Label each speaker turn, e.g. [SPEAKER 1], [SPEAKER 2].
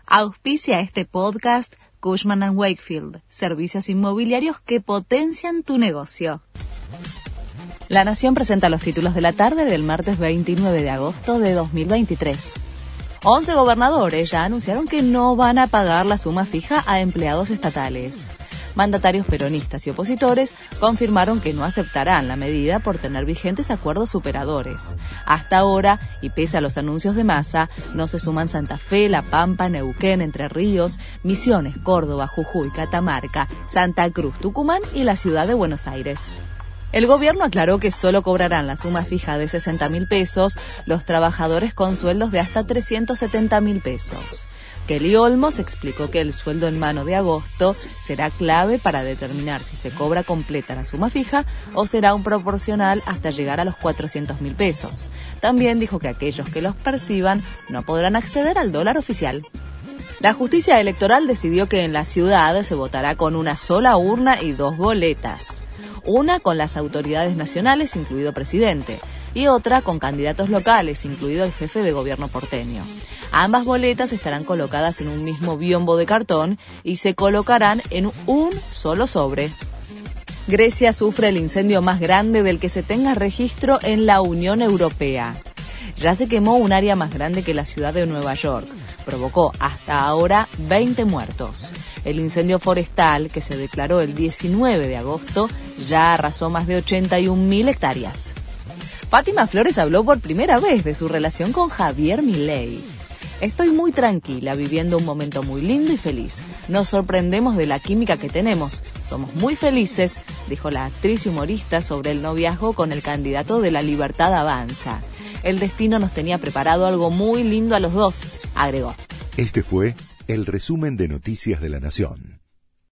[SPEAKER 1] Auspicia este podcast Cushman & Wakefield, servicios inmobiliarios que potencian tu negocio. La Nación presenta los títulos de la tarde del martes 29 de agosto de 2023. 11 gobernadores ya anunciaron que no van a pagar la suma fija a empleados estatales. Mandatarios peronistas y opositores confirmaron que no aceptarán la medida por tener vigentes acuerdos superadores. Hasta ahora, y pese a los anuncios de Massa, no se suman Santa Fe, La Pampa, Neuquén, Entre Ríos, Misiones, Córdoba, Jujuy, Catamarca, Santa Cruz, Tucumán y la ciudad de Buenos Aires. El gobierno aclaró que solo cobrarán la suma fija de 60.000 pesos los trabajadores con sueldos de hasta 370.000 pesos. Kelly Olmos explicó que el sueldo en mano de agosto será clave para determinar si se cobra completa la suma fija o será un proporcional hasta llegar a los 400.000 pesos. También dijo que aquellos que los perciban no podrán acceder al dólar oficial. La justicia electoral decidió que en la ciudad se votará con una sola urna y 2 boletas. Una con las autoridades nacionales, incluido presidente, y otra con candidatos locales, incluido el jefe de gobierno porteño. Ambas boletas estarán colocadas en un mismo biombo de cartón y se colocarán en un solo sobre. Grecia sufre el incendio más grande del que se tenga registro en la Unión Europea. Ya se quemó un área más grande que la ciudad de Nueva York. Provocó hasta ahora 20 muertos. El incendio forestal, que se declaró el 19 de agosto, ya arrasó más de 81.000 hectáreas. Fátima Flores habló por primera vez de su relación con Javier Milei. Estoy muy tranquila, viviendo un momento muy lindo y feliz. Nos sorprendemos de la química que tenemos. Somos muy felices, dijo la actriz y humorista sobre el noviazgo con el candidato de La Libertad Avanza. El destino nos tenía preparado algo muy lindo a los dos, agregó.
[SPEAKER 2] Este fue el resumen de Noticias de la Nación.